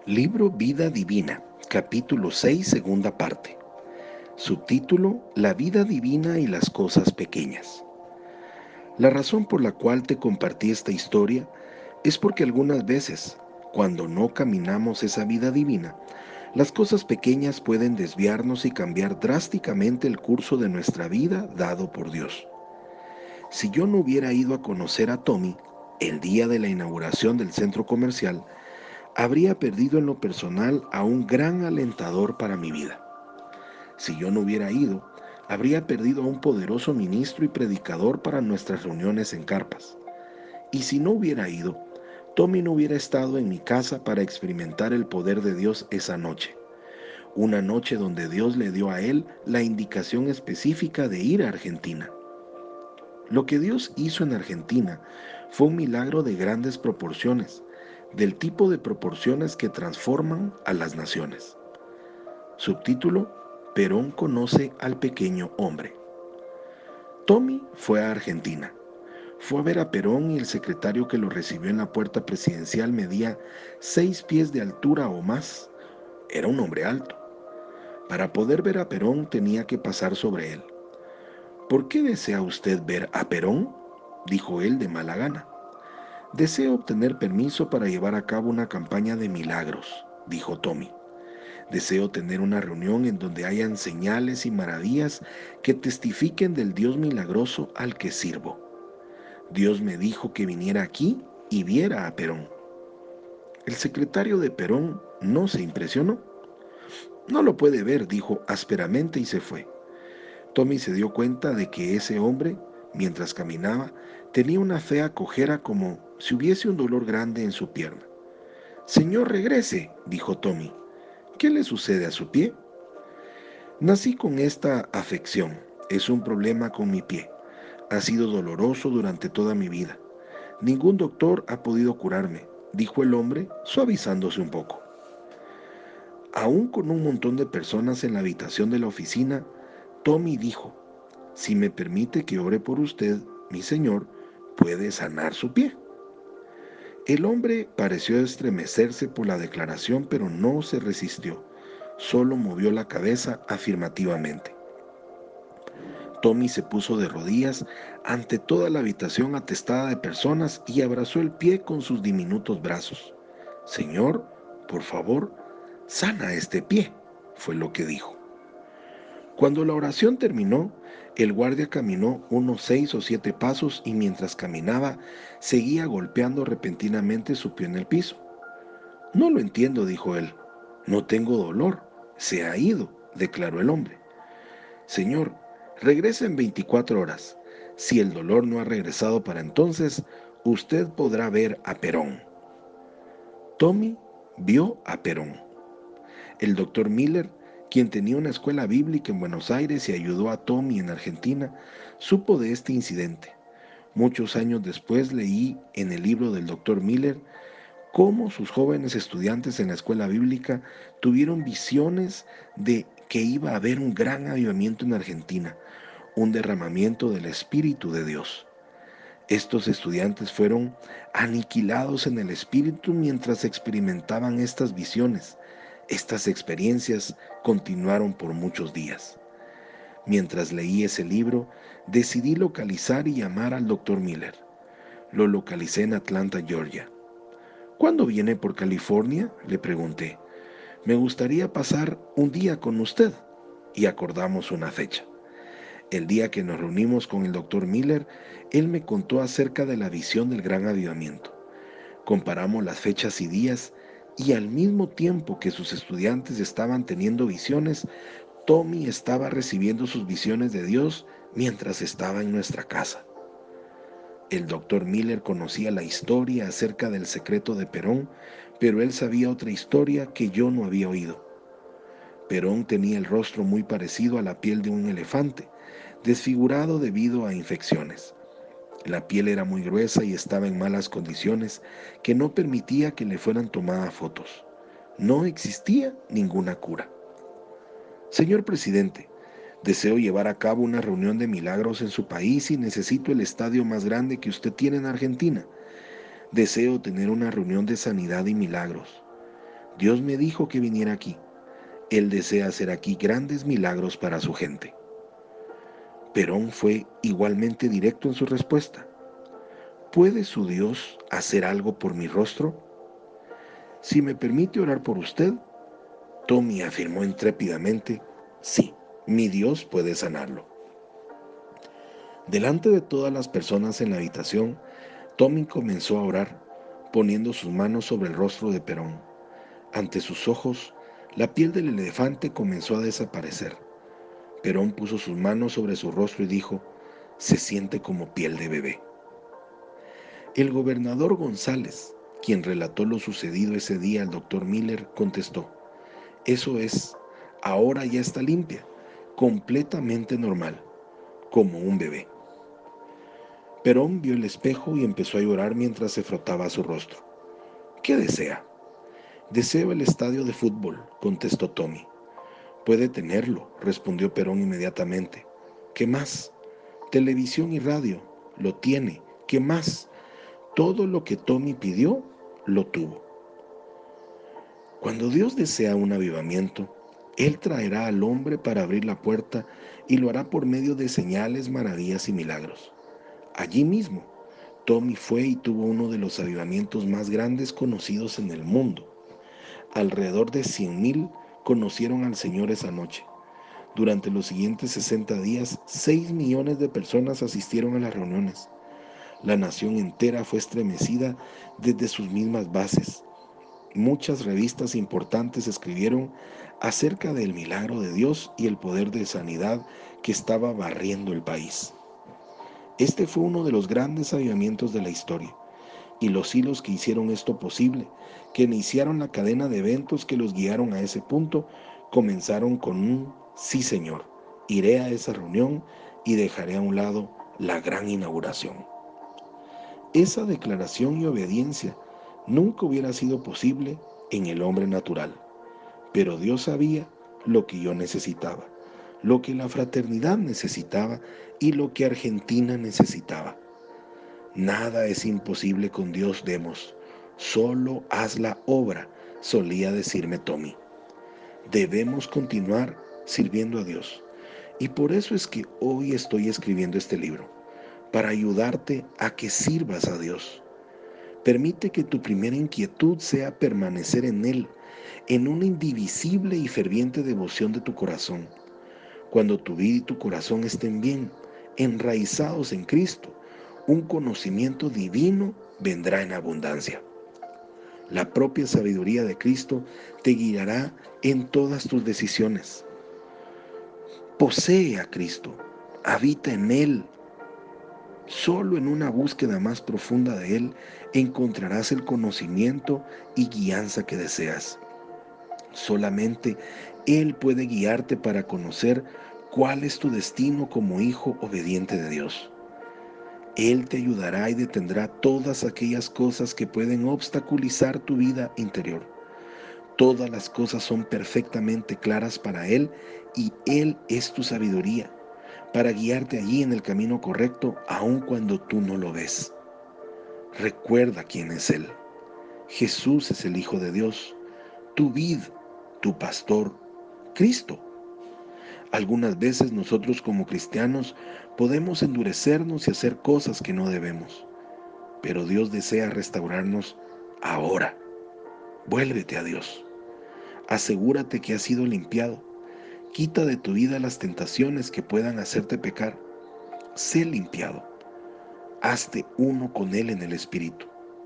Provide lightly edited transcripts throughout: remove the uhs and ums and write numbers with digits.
Libro Vida Divina, capítulo 6, segunda parte. Subtítulo: La vida divina y las cosas pequeñas. La razón por la cual te compartí esta historia es porque algunas veces, cuando no caminamos esa vida divina, las cosas pequeñas pueden desviarnos y cambiar drásticamente el curso de nuestra vida dado por Dios. Si yo no hubiera ido a conocer a Tommy el día de la inauguración del centro comercial, habría perdido en lo personal a un gran alentador para mi vida. Si yo no hubiera ido, habría perdido a un poderoso ministro y predicador para nuestras reuniones en carpas. Y si no hubiera ido, Tommy no hubiera estado en mi casa para experimentar el poder de Dios esa noche. Una noche donde Dios le dio a él la indicación específica de ir a Argentina. Lo que Dios hizo en Argentina fue un milagro de grandes proporciones, del tipo de proporciones que transforman a las naciones. Subtítulo: Perón conoce al pequeño hombre. Tommy fue a Argentina. Fue a ver a Perón y el secretario que lo recibió en la puerta presidencial medía 6 pies de altura o más. Era un hombre alto. Para poder ver a Perón tenía que pasar sobre él. ¿Por qué desea usted ver a Perón?, dijo él de mala gana. Deseo obtener permiso para llevar a cabo una campaña de milagros, dijo Tommy. Deseo tener una reunión en donde hayan señales y maravillas que testifiquen del Dios milagroso al que sirvo. Dios me dijo que viniera aquí y viera a Perón. El secretario de Perón no se impresionó. No lo puede ver, dijo ásperamente y se fue. Tommy se dio cuenta de que ese hombre, mientras caminaba, tenía una fea cojera como si hubiese un dolor grande en su pierna. Señor, regrese, dijo Tommy. ¿Qué le sucede a su pie? Nací con esta afección. Es un problema con mi pie. Ha sido doloroso durante toda mi vida. Ningún doctor ha podido curarme, dijo el hombre, suavizándose un poco. Aún con un montón de personas en la habitación de la oficina, Tommy dijo: si me permite que ore por usted, mi señor, puede sanar su pie. El hombre pareció estremecerse por la declaración, pero no se resistió. Solo movió la cabeza afirmativamente. Tommy se puso de rodillas ante toda la habitación atestada de personas y abrazó el pie con sus diminutos brazos. Señor, por favor, sana este pie, fue lo que dijo. Cuando la oración terminó, el guardia caminó unos 6 o 7 pasos y mientras caminaba, seguía golpeando repentinamente su pie en el piso. No lo entiendo, dijo él. No tengo dolor. Se ha ido, declaró el hombre. Señor, regresa en 24 horas. Si el dolor no ha regresado para entonces, usted podrá ver a Perón. Tommy vio a Perón. El doctor Miller, quien tenía una escuela bíblica en Buenos Aires y ayudó a Tommy en Argentina, supo de este incidente. Muchos años después leí en el libro del doctor Miller cómo sus jóvenes estudiantes en la escuela bíblica tuvieron visiones de que iba a haber un gran avivamiento en Argentina, un derramamiento del Espíritu de Dios. Estos estudiantes fueron aniquilados en el espíritu mientras experimentaban estas visiones. Estas experiencias continuaron por muchos días. Mientras leí ese libro, decidí localizar y llamar al Dr. Miller. Lo localicé en Atlanta, Georgia. ¿Cuándo viene por California?, le pregunté. Me gustaría pasar un día con usted. Y acordamos una fecha. El día que nos reunimos con el doctor Miller, él me contó acerca de la visión del gran avivamiento. Comparamos las fechas y días, y al mismo tiempo que sus estudiantes estaban teniendo visiones, Tommy estaba recibiendo sus visiones de Dios mientras estaba en nuestra casa. El doctor Miller conocía la historia acerca del secreto de Perón, pero él sabía otra historia que yo no había oído. Perón tenía el rostro muy parecido a la piel de un elefante, desfigurado debido a infecciones. La piel era muy gruesa y estaba en malas condiciones que no permitía que le fueran tomadas fotos. No existía ninguna cura. Señor presidente, deseo llevar a cabo una reunión de milagros en su país y necesito el estadio más grande que usted tiene en Argentina. Deseo tener una reunión de sanidad y milagros. Dios me dijo que viniera aquí. Él desea hacer aquí grandes milagros para su gente. Perón fue igualmente directo en su respuesta. ¿Puede su Dios hacer algo por mi rostro? Si me permite orar por usted, Tommy afirmó intrépidamente, sí, mi Dios puede sanarlo. Delante de todas las personas en la habitación, Tommy comenzó a orar, poniendo sus manos sobre el rostro de Perón. Ante sus ojos, la piel del elefante comenzó a desaparecer. Perón puso sus manos sobre su rostro y dijo, se siente como piel de bebé. El gobernador González, quien relató lo sucedido ese día al doctor Miller, contestó, eso es, ahora ya está limpia, completamente normal, como un bebé. Perón vio el espejo y empezó a llorar mientras se frotaba su rostro. ¿Qué desea? Deseo el estadio de fútbol, contestó Tommy. Puede tenerlo, respondió Perón inmediatamente. ¿Qué más? Televisión y radio, lo tiene. ¿Qué más? Todo lo que Tommy pidió, lo tuvo. Cuando Dios desea un avivamiento, Él traerá al hombre para abrir la puerta y lo hará por medio de señales, maravillas y milagros. Allí mismo, Tommy fue y tuvo uno de los avivamientos más grandes conocidos en el mundo. Alrededor de 100,000 conocieron al Señor esa noche. Durante los siguientes 60 días, 6 millones de personas asistieron a las reuniones. La nación entera fue estremecida desde sus mismas bases. Muchas revistas importantes escribieron acerca del milagro de Dios y el poder de sanidad que estaba barriendo el país. Este fue uno de los grandes avivamientos de la historia, y los hilos que hicieron esto posible, que iniciaron la cadena de eventos que los guiaron a ese punto, comenzaron con un sí, señor, iré a esa reunión y dejaré a un lado la gran inauguración. Esa declaración y obediencia nunca hubiera sido posible en el hombre natural, pero Dios sabía lo que yo necesitaba, lo que la fraternidad necesitaba y lo que Argentina necesitaba. Nada es imposible con Dios, Demos. Solo haz la obra, solía decirme Tommy. Debemos continuar sirviendo a Dios. Y por eso es que hoy estoy escribiendo este libro, para ayudarte a que sirvas a Dios. Permite que tu primera inquietud sea permanecer en Él, en una indivisible y ferviente devoción de tu corazón. Cuando tu vida y tu corazón estén bien, enraizados en Cristo, un conocimiento divino vendrá en abundancia. La propia sabiduría de Cristo te guiará en todas tus decisiones. Posee a Cristo, habita en Él. Solo en una búsqueda más profunda de Él encontrarás el conocimiento y guianza que deseas. Solamente Él puede guiarte para conocer cuál es tu destino como hijo obediente de Dios. Él te ayudará y detendrá todas aquellas cosas que pueden obstaculizar tu vida interior. Todas las cosas son perfectamente claras para Él y Él es tu sabiduría para guiarte allí en el camino correcto aun cuando tú no lo ves. Recuerda quién es Él. Jesús es el Hijo de Dios, tu vid, tu pastor, Cristo. Algunas veces nosotros como cristianos podemos endurecernos y hacer cosas que no debemos, pero Dios desea restaurarnos ahora. Vuélvete a Dios. Asegúrate que has sido limpiado. Quita de tu vida las tentaciones que puedan hacerte pecar. Sé limpiado. Hazte uno con Él en el Espíritu.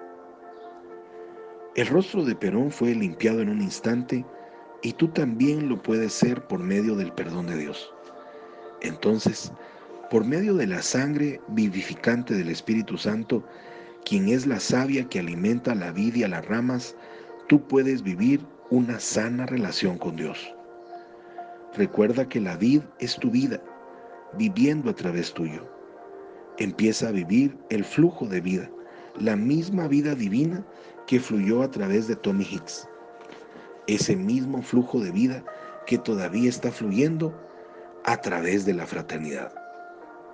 El rostro de Perón fue limpiado en un instante y tú también lo puedes ser por medio del perdón de Dios. Entonces, por medio de la sangre vivificante del Espíritu Santo, quien es la savia que alimenta la vid y a las ramas, tú puedes vivir una sana relación con Dios. Recuerda que la vid es tu vida, viviendo a través tuyo. Empieza a vivir el flujo de vida, la misma vida divina que fluyó a través de Tommy Hicks. Ese mismo flujo de vida que todavía está fluyendo a través de la fraternidad.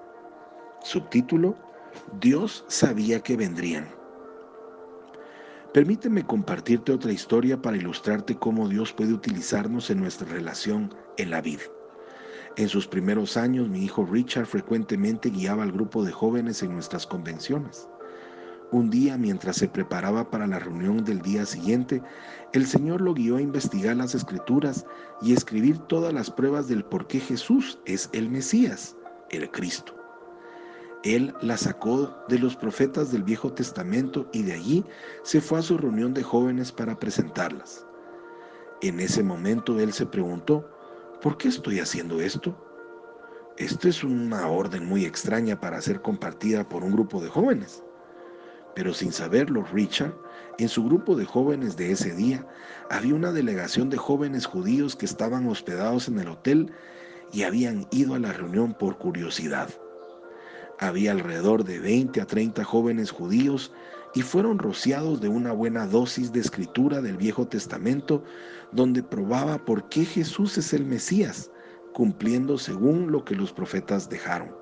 Subtítulo: Dios sabía que vendrían. Permíteme compartirte otra historia para ilustrarte cómo Dios puede utilizarnos en nuestra relación en la vida. En sus primeros años, mi hijo Richard frecuentemente guiaba al grupo de jóvenes en nuestras convenciones. Un día, mientras se preparaba para la reunión del día siguiente, el Señor lo guió a investigar las Escrituras y escribir todas las pruebas del por qué Jesús es el Mesías, el Cristo. Él las sacó de los profetas del Viejo Testamento y de allí se fue a su reunión de jóvenes para presentarlas. En ese momento él se preguntó, ¿por qué estoy haciendo esto? Esto es una orden muy extraña para ser compartida por un grupo de jóvenes. Pero sin saberlo, Richard, en su grupo de jóvenes de ese día, había una delegación de jóvenes judíos que estaban hospedados en el hotel y habían ido a la reunión por curiosidad. Había alrededor de 20 a 30 jóvenes judíos y fueron rociados de una buena dosis de escritura del Viejo Testamento, donde probaba por qué Jesús es el Mesías, cumpliendo según lo que los profetas dejaron.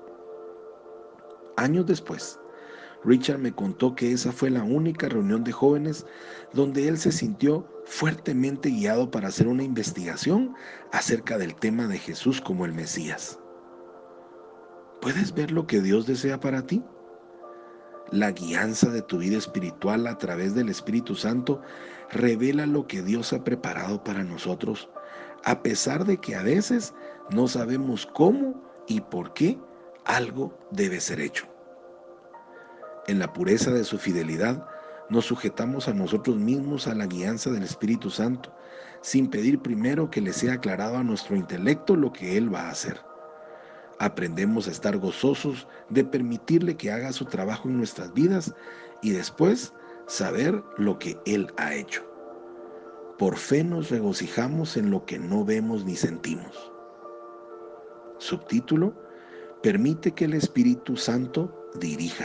Años después, Richard me contó que esa fue la única reunión de jóvenes donde él se sintió fuertemente guiado para hacer una investigación acerca del tema de Jesús como el Mesías. ¿Puedes ver lo que Dios desea para ti? La guianza de tu vida espiritual a través del Espíritu Santo revela lo que Dios ha preparado para nosotros, a pesar de que a veces no sabemos cómo y por qué algo debe ser hecho. En la pureza de su fidelidad, nos sujetamos a nosotros mismos a la guianza del Espíritu Santo, sin pedir primero que le sea aclarado a nuestro intelecto lo que Él va a hacer. Aprendemos a estar gozosos de permitirle que haga su trabajo en nuestras vidas y después saber lo que Él ha hecho. Por fe nos regocijamos en lo que no vemos ni sentimos. Subtítulo: Permite que el Espíritu Santo dirija.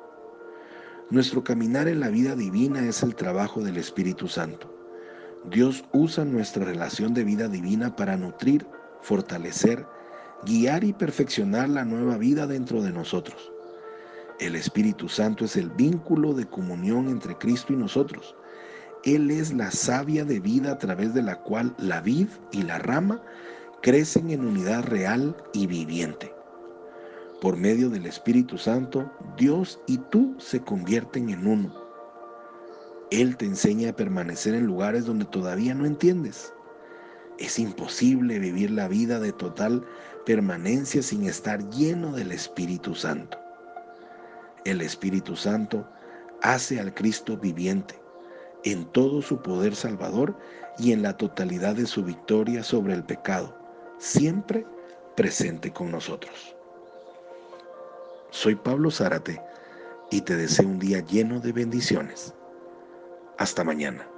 Nuestro caminar en la vida divina es el trabajo del Espíritu Santo. Dios usa nuestra relación de vida divina para nutrir, fortalecer, guiar y perfeccionar la nueva vida dentro de nosotros. El Espíritu Santo es el vínculo de comunión entre Cristo y nosotros. Él es la savia de vida a través de la cual la vid y la rama crecen en unidad real y viviente. Por medio del Espíritu Santo, Dios y tú se convierten en uno. Él te enseña a permanecer en lugares donde todavía no entiendes. Es imposible vivir la vida de total permanencia sin estar lleno del Espíritu Santo. El Espíritu Santo hace al Cristo viviente, en todo su poder salvador y en la totalidad de su victoria sobre el pecado, siempre presente con nosotros. Soy Pablo Zárate y te deseo un día lleno de bendiciones. Hasta mañana.